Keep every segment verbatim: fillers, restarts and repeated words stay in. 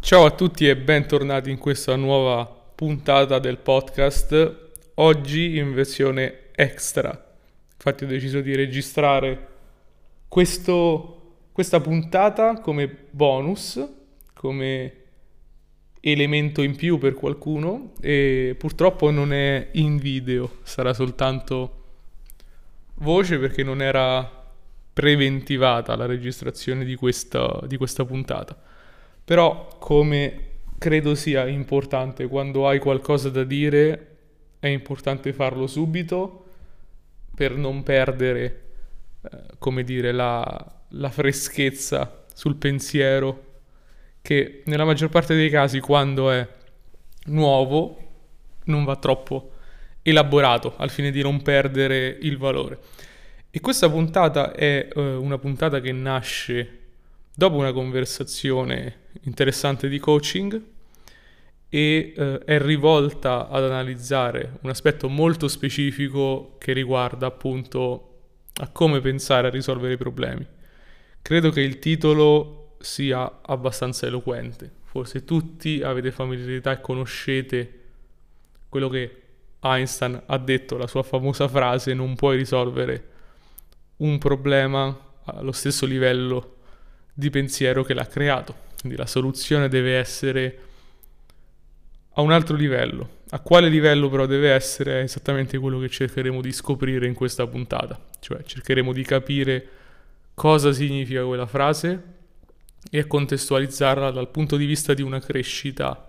Ciao a tutti e bentornati in questa nuova puntata del podcast, oggi in versione extra. Infatti ho deciso di registrare questo- questa puntata come bonus, come elemento in più per qualcuno e purtroppo non è in video, sarà soltanto voce perché non era preventivata la registrazione di questa, di questa puntata. Però, come credo sia importante quando hai qualcosa da dire, è importante farlo subito per non perdere, eh, come dire, la, la freschezza sul pensiero che nella maggior parte dei casi, quando è nuovo, non va troppo elaborato al fine di non perdere il valore. E questa puntata è eh, una puntata che nasce dopo una conversazione interessante di coaching e eh, è rivolta ad analizzare un aspetto molto specifico che riguarda appunto a come pensare a risolvere i problemi. Credo che il titolo sia abbastanza eloquente. Forse tutti avete familiarità e conoscete quello che Einstein ha detto, la sua famosa frase: non puoi risolvere un problema allo stesso livello di pensiero che l'ha creato. Quindi la soluzione deve essere a un altro livello. A quale livello però deve essere è esattamente quello che cercheremo di scoprire in questa puntata. Cioè cercheremo di capire cosa significa quella frase e contestualizzarla dal punto di vista di una crescita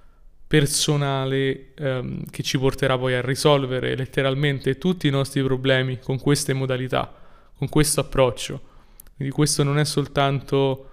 personale ehm, che ci porterà poi a risolvere letteralmente tutti i nostri problemi con queste modalità, con questo approccio. Quindi questo non è soltanto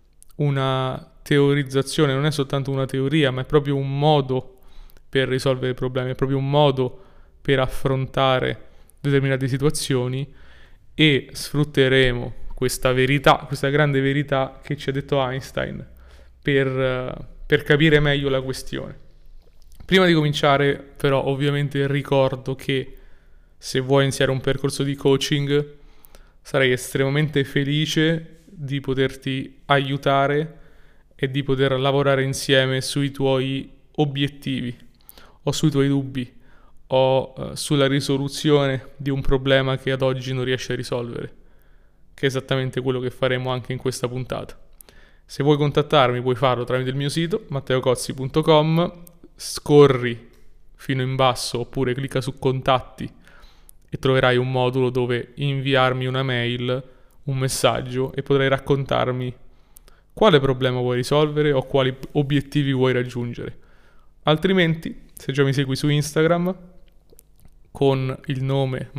una teorizzazione, non è soltanto una teoria, ma è proprio un modo per risolvere i problemi, è proprio un modo per affrontare determinate situazioni e sfrutteremo questa verità, questa grande verità che ci ha detto Einstein per, per capire meglio la questione. Prima di cominciare, però, ovviamente ricordo che se vuoi iniziare un percorso di coaching sarei estremamente felice di poterti aiutare e di poter lavorare insieme sui tuoi obiettivi o sui tuoi dubbi o uh, sulla risoluzione di un problema che ad oggi non riesci a risolvere, che è esattamente quello che faremo anche in questa puntata. Se vuoi contattarmi puoi farlo tramite il mio sito matteo cozzi punto com, scorri fino in basso oppure clicca su contatti e troverai un modulo dove inviarmi una mail, un messaggio e potrai raccontarmi quale problema vuoi risolvere o quali obiettivi vuoi raggiungere. Altrimenti, se già mi segui su Instagram con il nome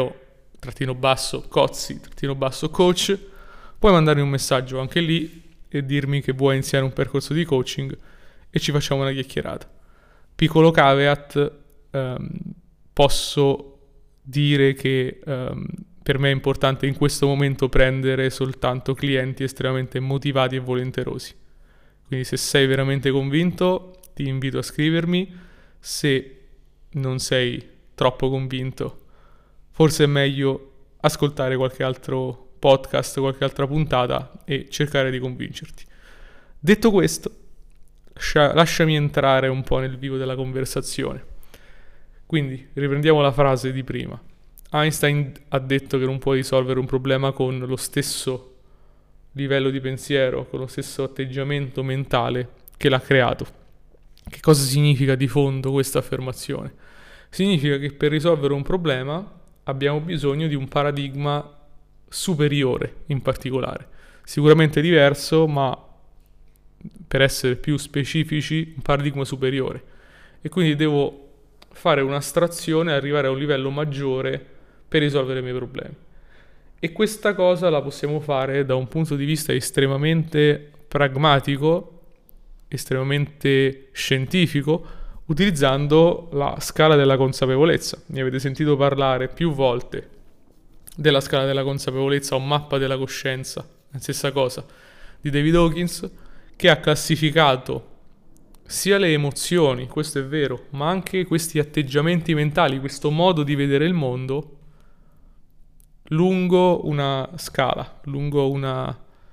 Matteo-Cozzi-Coach, puoi mandarmi un messaggio anche lì e dirmi che vuoi iniziare un percorso di coaching e ci facciamo una chiacchierata. Piccolo caveat, ehm, posso dire che um, per me è importante in questo momento prendere soltanto clienti estremamente motivati e volenterosi. Quindi se sei veramente convinto ti invito a scrivermi, se non sei troppo convinto forse è meglio ascoltare qualche altro podcast, qualche altra puntata e cercare di convincerti. Detto questo, lascia, lasciami entrare un po' nel vivo della conversazione. Quindi riprendiamo la frase di prima. Einstein ha detto che non puoi risolvere un problema con lo stesso livello di pensiero, con lo stesso atteggiamento mentale che l'ha creato. Che cosa significa di fondo questa affermazione? Significa che per risolvere un problema abbiamo bisogno di un paradigma superiore in particolare. Sicuramente diverso, ma per essere più specifici, un paradigma superiore. E quindi devo fare un'astrazione e arrivare a un livello maggiore per risolvere i miei problemi. E questa cosa la possiamo fare da un punto di vista estremamente pragmatico, estremamente scientifico, utilizzando la scala della consapevolezza. Ne avete sentito parlare più volte della scala della consapevolezza o mappa della coscienza, la stessa cosa, di David Hawkins, che ha classificato sia le emozioni, questo è vero, ma anche questi atteggiamenti mentali, questo modo di vedere il mondo lungo una scala, lungo una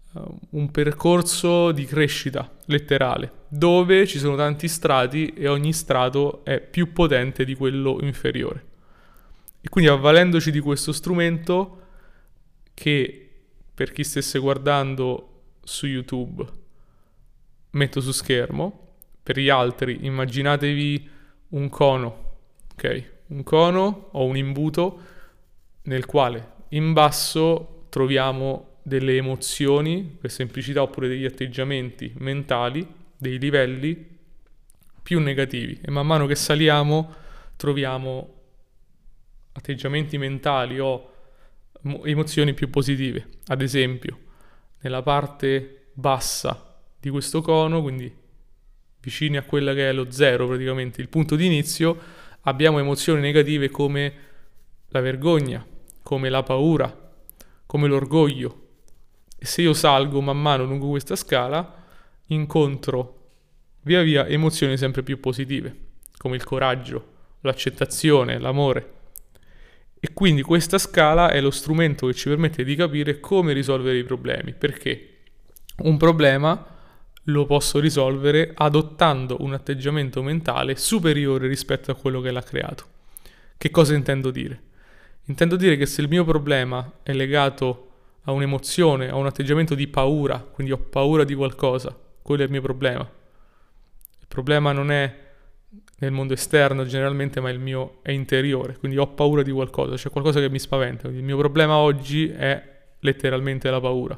un percorso di crescita letterale, dove ci sono tanti strati e ogni strato è più potente di quello inferiore. E quindi avvalendoci di questo strumento, che per chi stesse guardando su YouTube metto su schermo, per gli altri immaginatevi un cono, ok? Un cono o un imbuto nel quale in basso troviamo delle emozioni, per semplicità, oppure degli atteggiamenti mentali, dei livelli più negativi, e man mano che saliamo troviamo atteggiamenti mentali o emozioni più positive. Ad esempio, nella parte bassa di questo cono, quindi vicini a quella che è lo zero, praticamente il punto di inizio, abbiamo emozioni negative come la vergogna, come la paura, come l'orgoglio. E se io salgo man mano lungo questa scala, incontro via via emozioni sempre più positive, come il coraggio, l'accettazione, l'amore. E quindi questa scala è lo strumento che ci permette di capire come risolvere i problemi, perché un problema lo posso risolvere adottando un atteggiamento mentale superiore rispetto a quello che l'ha creato. Che cosa intendo dire? Intendo dire che se il mio problema è legato a un'emozione, a un atteggiamento di paura, quindi ho paura di qualcosa, quello è il mio problema. Il problema non è nel mondo esterno generalmente, ma il mio è interiore, quindi ho paura di qualcosa, c'è qualcosa che mi spaventa, quindi il mio problema oggi è letteralmente la paura.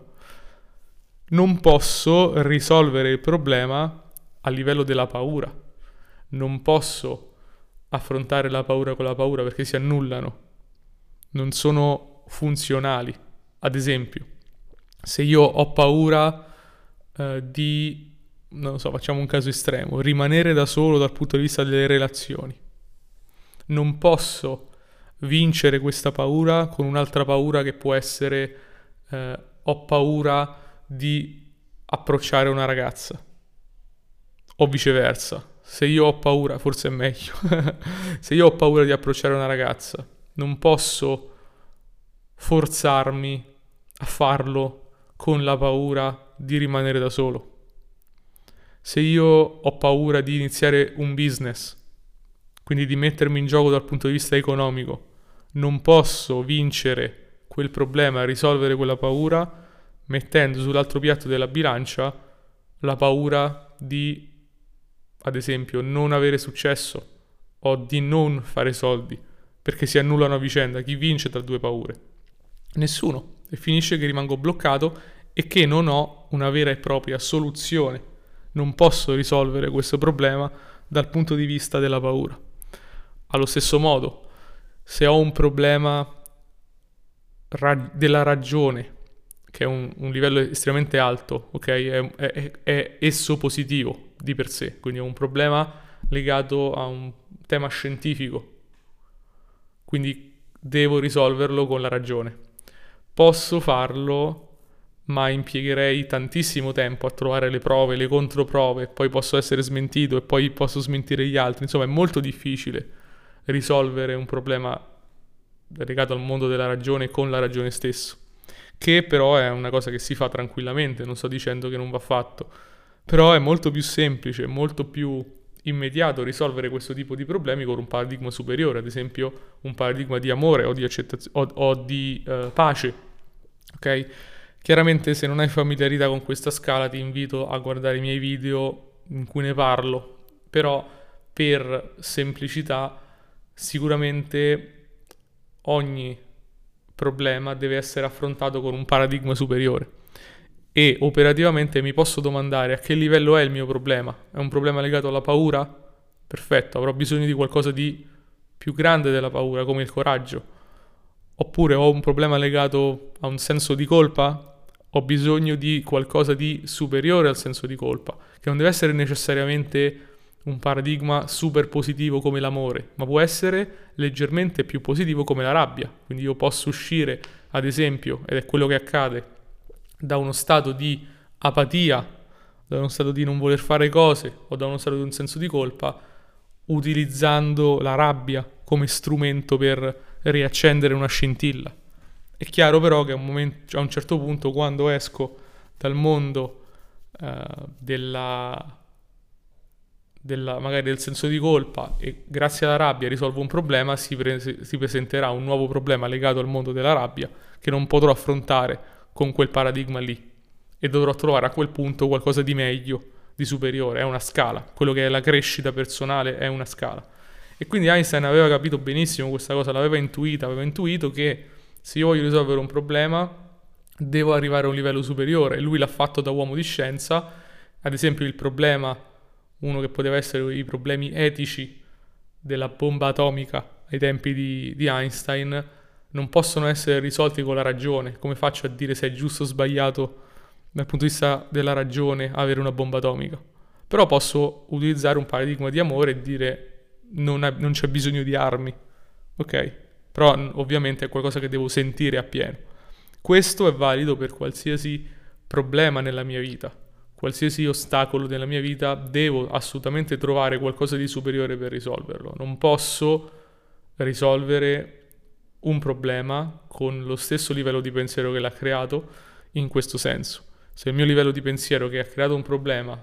Non posso risolvere il problema a livello della paura, non posso affrontare la paura con la paura perché si annullano, non sono funzionali. Ad esempio, se io ho paura eh, di non so, facciamo un caso estremo, rimanere da solo dal punto di vista delle relazioni. Non posso vincere questa paura con un'altra paura che può essere eh, ho paura di approcciare una ragazza. O viceversa. Se io ho paura, forse è meglio, se io ho paura di approcciare una ragazza, non posso forzarmi a farlo con la paura di rimanere da solo. Se io ho paura di iniziare un business, quindi di mettermi in gioco dal punto di vista economico, non posso vincere quel problema, risolvere quella paura, mettendo sull'altro piatto della bilancia la paura di, ad esempio, non avere successo o di non fare soldi, perché si annullano a vicenda. Chi vince tra due paure? Nessuno. E finisce che rimango bloccato e che non ho una vera e propria soluzione. Non posso risolvere questo problema dal punto di vista della paura. Allo stesso modo, se ho un problema ra- della ragione, che è un, un livello estremamente alto, ok? È, è, è esso positivo di per sé, quindi è un problema legato a un tema scientifico, quindi devo risolverlo con la ragione. Posso farlo, ma impiegherei tantissimo tempo a trovare le prove, le controprove, poi posso essere smentito e poi posso smentire gli altri. Insomma, è molto difficile risolvere un problema legato al mondo della ragione con la ragione stesso, che però è una cosa che si fa tranquillamente, non sto dicendo che non va fatto, però è molto più semplice, molto più immediato risolvere questo tipo di problemi con un paradigma superiore, ad esempio un paradigma di amore o di accettazione o, o di uh, pace, ok? Chiaramente se non hai familiarità con questa scala ti invito a guardare i miei video in cui ne parlo, però per semplicità sicuramente ogni problema deve essere affrontato con un paradigma superiore e operativamente mi posso domandare a che livello è il mio problema. È un problema legato alla paura? Perfetto, avrò bisogno di qualcosa di più grande della paura, come il coraggio. Oppure ho un problema legato a un senso di colpa? Ho bisogno di qualcosa di superiore al senso di colpa, che non deve essere necessariamente un paradigma super positivo come l'amore, ma può essere leggermente più positivo come la rabbia. Quindi io posso uscire, ad esempio, ed è quello che accade, da uno stato di apatia, da uno stato di non voler fare cose o da uno stato di un senso di colpa, utilizzando la rabbia come strumento per riaccendere una scintilla. È chiaro però che a un, momento, a un certo punto, quando esco dal mondo eh, della, della, magari del senso di colpa e grazie alla rabbia risolvo un problema, si, pre- si presenterà un nuovo problema legato al mondo della rabbia che non potrò affrontare con quel paradigma lì e dovrò trovare a quel punto qualcosa di meglio, di superiore, è una scala, quello che è la crescita personale è una scala. E quindi Einstein aveva capito benissimo questa cosa, l'aveva intuita, aveva intuito che se io voglio risolvere un problema devo arrivare a un livello superiore e lui l'ha fatto da uomo di scienza. Ad esempio il problema, uno che poteva essere i problemi etici della bomba atomica ai tempi di, di Einstein, non possono essere risolti con la ragione. Come faccio a dire se è giusto o sbagliato dal punto di vista della ragione avere una bomba atomica? Però posso utilizzare un paradigma di amore e dire non, ha, non c'è bisogno di armi, ok? Però ovviamente è qualcosa che devo sentire appieno. Questo è valido per qualsiasi problema nella mia vita, qualsiasi ostacolo nella mia vita, devo assolutamente trovare qualcosa di superiore per risolverlo. Non posso risolvere un problema con lo stesso livello di pensiero che l'ha creato in questo senso. Se il mio livello di pensiero che ha creato un problema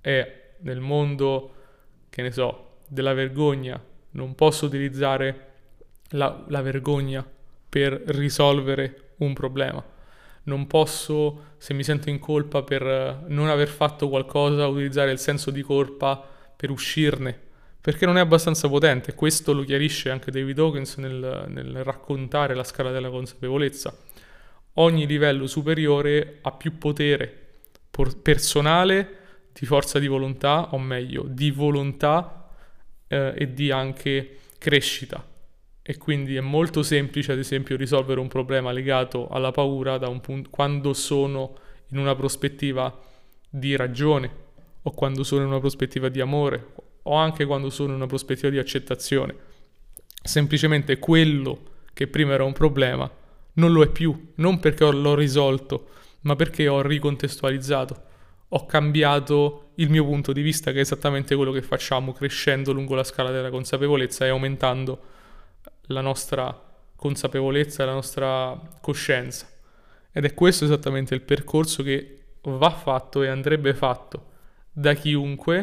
è nel mondo, che ne so, della vergogna, non posso utilizzare la, la vergogna per risolvere un problema. Non posso, se mi sento in colpa per non aver fatto qualcosa, utilizzare il senso di colpa per uscirne, perché non è abbastanza potente. Questo lo chiarisce anche David Hawkins nel, nel raccontare la scala della consapevolezza. Ogni livello superiore ha più potere personale, di forza di volontà, o meglio, di volontà eh, e di anche crescita. E quindi è molto semplice, ad esempio, risolvere un problema legato alla paura da un punto, quando sono in una prospettiva di ragione, o quando sono in una prospettiva di amore, o anche quando sono in una prospettiva di accettazione. Semplicemente quello che prima era un problema non lo è più, non perché l'ho risolto, ma perché ho ricontestualizzato, ho cambiato il mio punto di vista, che è esattamente quello che facciamo crescendo lungo la scala della consapevolezza e aumentando la nostra consapevolezza e la nostra coscienza. Ed è questo esattamente il percorso che va fatto e andrebbe fatto da chiunque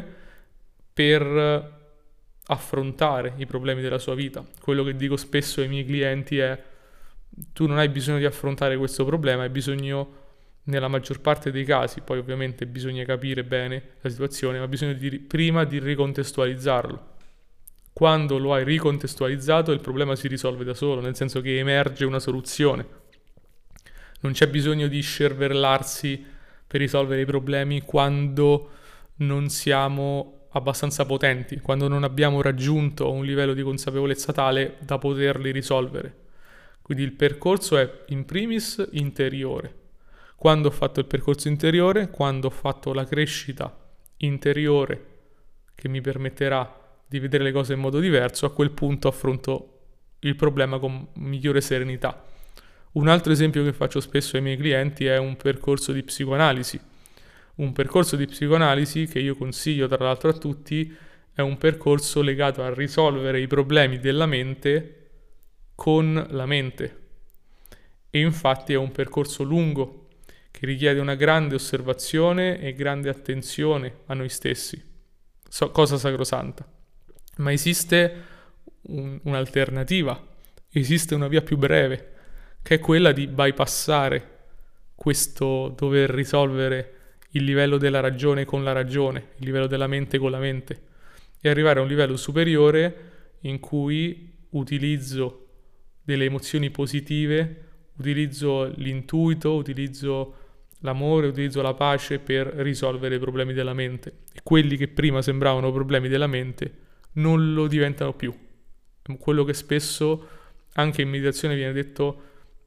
per affrontare i problemi della sua vita. Quello che dico spesso ai miei clienti è: tu non hai bisogno di affrontare questo problema, hai bisogno, nella maggior parte dei casi, poi ovviamente bisogna capire bene la situazione, ma bisogna di, prima di ricontestualizzarlo. Quando lo hai ricontestualizzato il problema si risolve da solo, nel senso che emerge una soluzione. Non c'è bisogno di scervellarsi per risolvere i problemi quando non siamo abbastanza potenti, quando non abbiamo raggiunto un livello di consapevolezza tale da poterli risolvere. Quindi il percorso è in primis interiore. Quando ho fatto il percorso interiore, quando ho fatto la crescita interiore che mi permetterà di vedere le cose in modo diverso, a quel punto affronto il problema con migliore serenità. Un altro esempio che faccio spesso ai miei clienti è un percorso di psicoanalisi. Un percorso di psicoanalisi che io consiglio tra l'altro a tutti è un percorso legato a risolvere i problemi della mente con la mente. E infatti è un percorso lungo che richiede una grande osservazione e grande attenzione a noi stessi. So, cosa sacrosanta. Ma esiste un, un'alternativa, esiste una via più breve, che è quella di bypassare questo dover risolvere il livello della ragione con la ragione, il livello della mente con la mente, e arrivare a un livello superiore in cui utilizzo delle emozioni positive, utilizzo l'intuito, utilizzo l'amore, utilizzo la pace per risolvere i problemi della mente. E quelli che prima sembravano problemi della mente non lo diventano più. Quello che spesso anche in meditazione viene detto,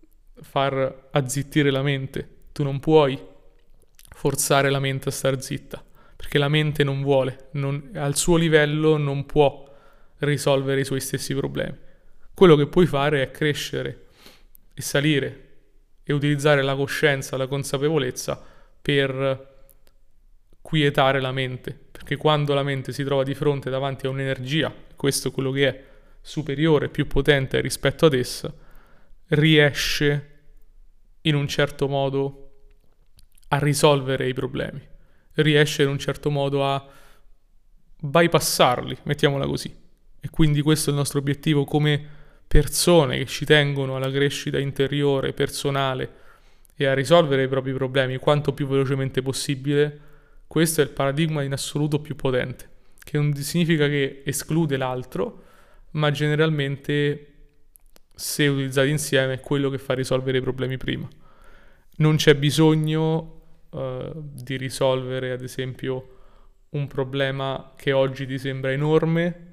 far azzittire la mente. Tu non puoi forzare la mente a star zitta, perché la mente non vuole, non, al suo livello non può risolvere i suoi stessi problemi. Quello che puoi fare è crescere e salire e utilizzare la coscienza, la consapevolezza per quietare la mente, perché quando la mente si trova di fronte davanti a un'energia, questo è quello che è, superiore, più potente rispetto ad essa, riesce in un certo modo a risolvere i problemi, riesce in un certo modo a bypassarli, mettiamola così. E quindi questo è il nostro obiettivo come persone che ci tengono alla crescita interiore, personale e a risolvere i propri problemi quanto più velocemente possibile. Questo è il paradigma in assoluto più potente, che non significa che esclude l'altro, ma generalmente, se utilizzati insieme, è quello che fa risolvere i problemi prima. Non c'è bisogno uh, di risolvere, ad esempio, un problema che oggi ti sembra enorme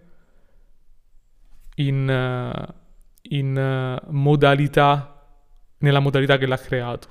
in, uh, in uh, modalità, nella modalità che l'ha creato.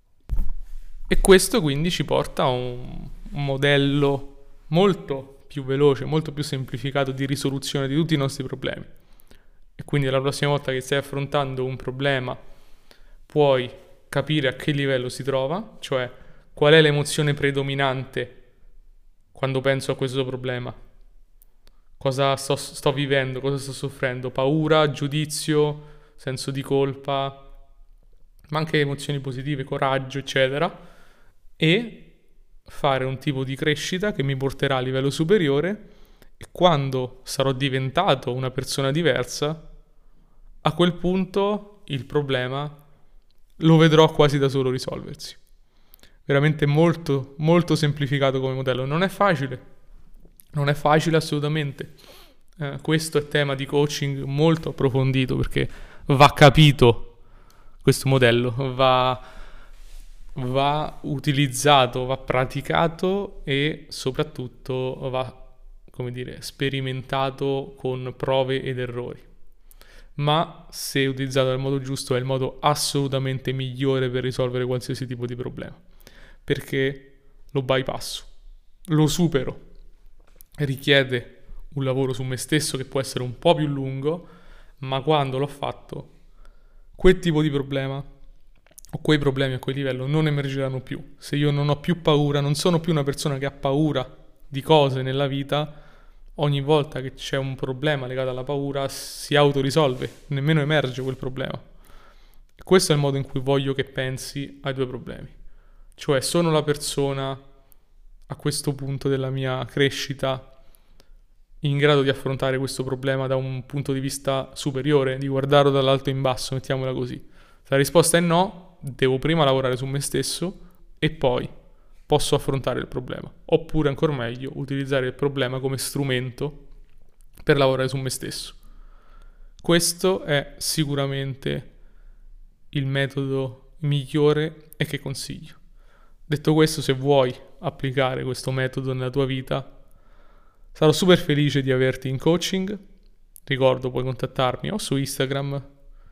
E questo quindi ci porta a un, un modello molto più veloce, molto più semplificato di risoluzione di tutti i nostri problemi. E quindi la prossima volta che stai affrontando un problema puoi capire a che livello si trova, cioè qual è l'emozione predominante quando penso a questo problema, cosa sto, sto vivendo, cosa sto soffrendo, paura, giudizio, senso di colpa, ma anche emozioni positive, coraggio, eccetera, e fare un tipo di crescita che mi porterà a livello superiore, e quando sarò diventato una persona diversa, a quel punto il problema lo vedrò quasi da solo risolversi. Veramente molto, molto semplificato come modello. Non è facile, non è facile assolutamente. Eh, questo è tema di coaching molto approfondito, perché va capito questo modello, va, va utilizzato, va praticato e soprattutto va, come dire, sperimentato con prove ed errori. Ma se utilizzato nel modo giusto è il modo assolutamente migliore per risolvere qualsiasi tipo di problema, perché lo bypasso, lo supero, richiede un lavoro su me stesso che può essere un po' più lungo, ma quando l'ho fatto, quel tipo di problema o quei problemi a quel livello non emergeranno più. Se io non ho più paura, non sono più una persona che ha paura di cose nella vita, ogni volta che c'è un problema legato alla paura si autorisolve, nemmeno emerge quel problema. E questo è il modo in cui voglio che pensi ai tuoi problemi. Cioè, sono la persona a questo punto della mia crescita in grado di affrontare questo problema da un punto di vista superiore, di guardarlo dall'alto in basso, mettiamola così. Se la risposta è no, devo prima lavorare su me stesso e poi posso affrontare il problema. Oppure, ancora meglio, utilizzare il problema come strumento per lavorare su me stesso. Questo è sicuramente il metodo migliore e che consiglio. Detto questo, se vuoi applicare questo metodo nella tua vita, sarò super felice di averti in coaching. Ricordo, puoi contattarmi o su Instagram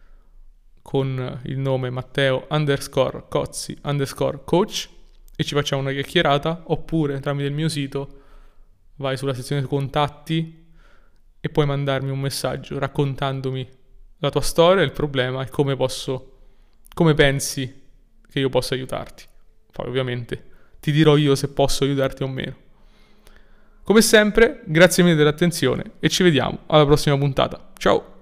con il nome Matteo underscore Cozzi underscore coach e ci facciamo una chiacchierata, oppure tramite il mio sito vai sulla sezione contatti e puoi mandarmi un messaggio raccontandomi la tua storia, il problema e come posso, come pensi che io possa aiutarti. Poi ovviamente ti dirò io se posso aiutarti o meno. Come sempre, grazie mille dell'attenzione e ci vediamo alla prossima puntata. Ciao!